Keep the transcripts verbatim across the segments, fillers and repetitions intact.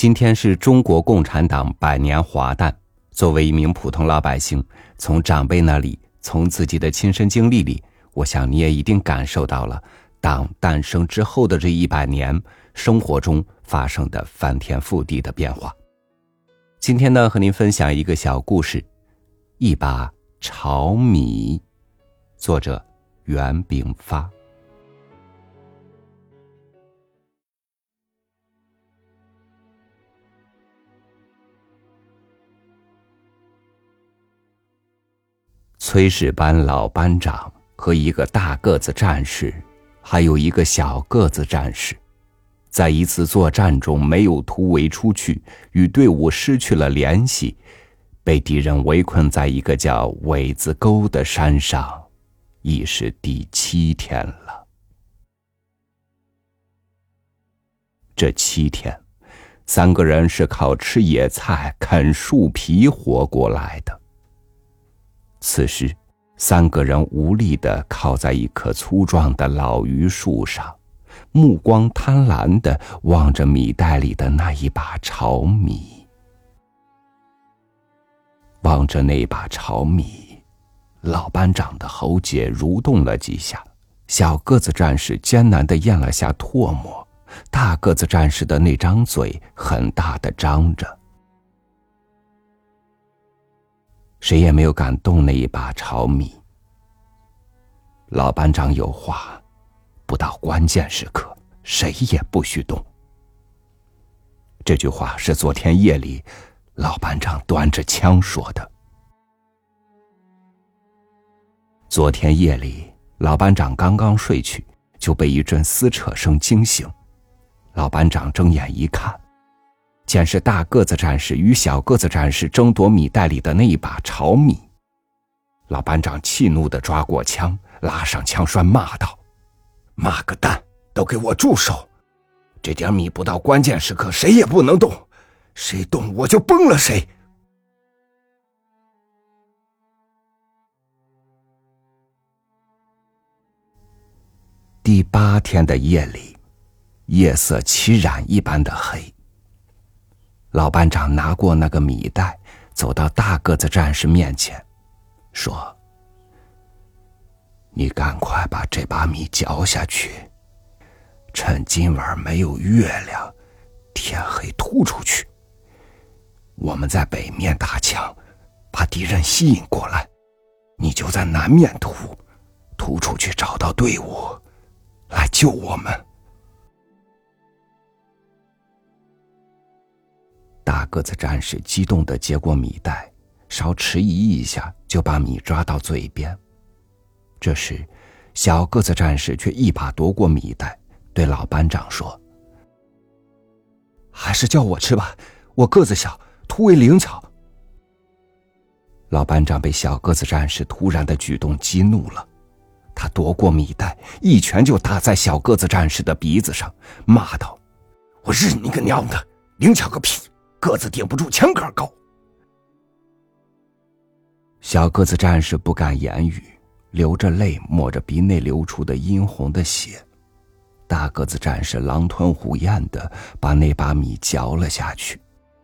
今天是中国共产党百年华诞，作为一名普通老百姓，从长辈那里，从自己的亲身经历里，我想你也一定感受到了党诞生之后的这一百年生活中发生的翻天覆地的变化。今天呢，和您分享一个小故事，一把炒米，作者袁炳发。炊事班老班长和一个大个子战士，还有一个小个子战士，在一次作战中没有突围出去，与队伍失去了联系，被敌人围困在一个叫苇子沟的山上，已是第七天了。这七天，三个人是靠吃野菜、啃树皮活过来的。此时，三个人无力地靠在一棵粗壮的老榆树上，目光贪婪地望着米袋里的那一把炒米。望着那把炒米，老班长的喉结蠕动了几下，小个子战士艰难地咽了下唾沫，大个子战士的那张嘴很大地张着。谁也没有敢动那一把炒米。老班长有话，不到关键时刻，谁也不许动。这句话是昨天夜里老班长端着枪说的。昨天夜里，老班长刚刚睡去，就被一阵撕扯声惊醒。老班长睁眼一看，见是大个子战士与小个子战士争夺米袋里的那一把炒米。老班长气怒地抓过枪，拉上枪栓骂道：妈个蛋，都给我住手！这点米不到关键时刻谁也不能动，谁动我就崩了谁！第八天的夜里，夜色凄然一般的黑。老班长拿过那个米袋，走到大个子战士面前，说：你赶快把这把米嚼下去，趁今晚没有月亮，天黑突出去。我们在北面打枪，把敌人吸引过来，你就在南面突，突出去找到队伍，来救我们。大个子战士激动地接过米袋，稍迟疑一下，就把米抓到嘴边。这时，小个子战士却一把夺过米袋，对老班长说：还是叫我吃吧，我个子小，突围灵巧。老班长被小个子战士突然的举动激怒了，他夺过米袋，一拳就打在小个子战士的鼻子上，骂道：我日你个娘的，灵巧个屁，个子顶不住枪杆高。小个子战士不敢言语，流着泪抹着鼻内流出的殷红的血。大个子战士狼吞虎咽地把那把米嚼了下去。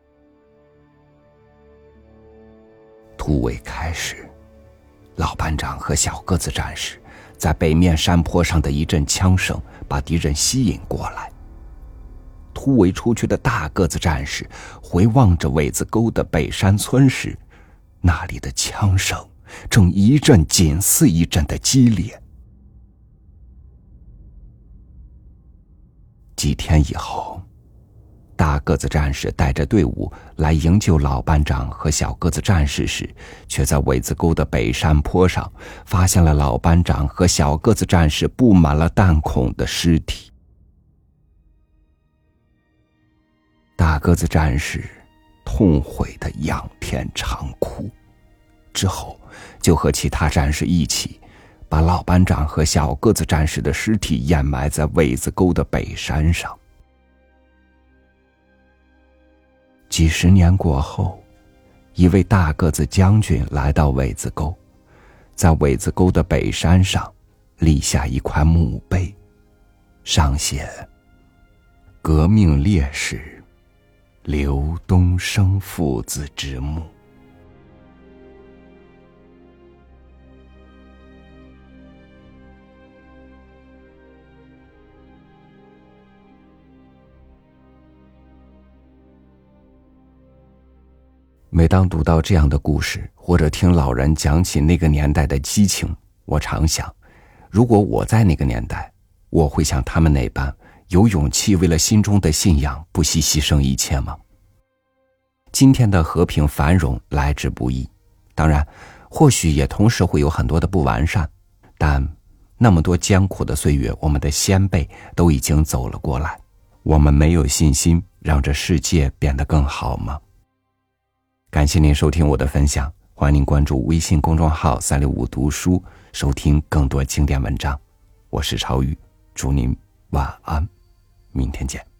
突围开始，老班长和小个子战士在北面山坡上的一阵枪声把敌人吸引过来。突围出去的大个子战士回望着苇子沟的北山村时，那里的枪声正一阵紧似一阵的激烈。几天以后，大个子战士带着队伍来营救老班长和小个子战士时，却在苇子沟的北山坡上发现了老班长和小个子战士布满了弹孔的尸体。大个子战士痛悔地仰天长哭，之后就和其他战士一起把老班长和小个子战士的尸体掩埋在苇子沟的北山上。几十年过后，一位大个子将军来到苇子沟，在苇子沟的北山上立下一块墓碑，上写革命烈士刘东升父子之墓。每当读到这样的故事，或者听老人讲起那个年代的激情，我常想，如果我在那个年代，我会像他们那般有勇气为了心中的信仰不惜牺牲一切吗？今天的和平繁荣来之不易，当然或许也同时会有很多的不完善，但那么多艰苦的岁月，我们的先辈都已经走了过来，我们没有信心让这世界变得更好吗？感谢您收听我的分享，欢迎您关注微信公众号三六五读书，收听更多经典文章。我是超宇，祝您晚安，明天见。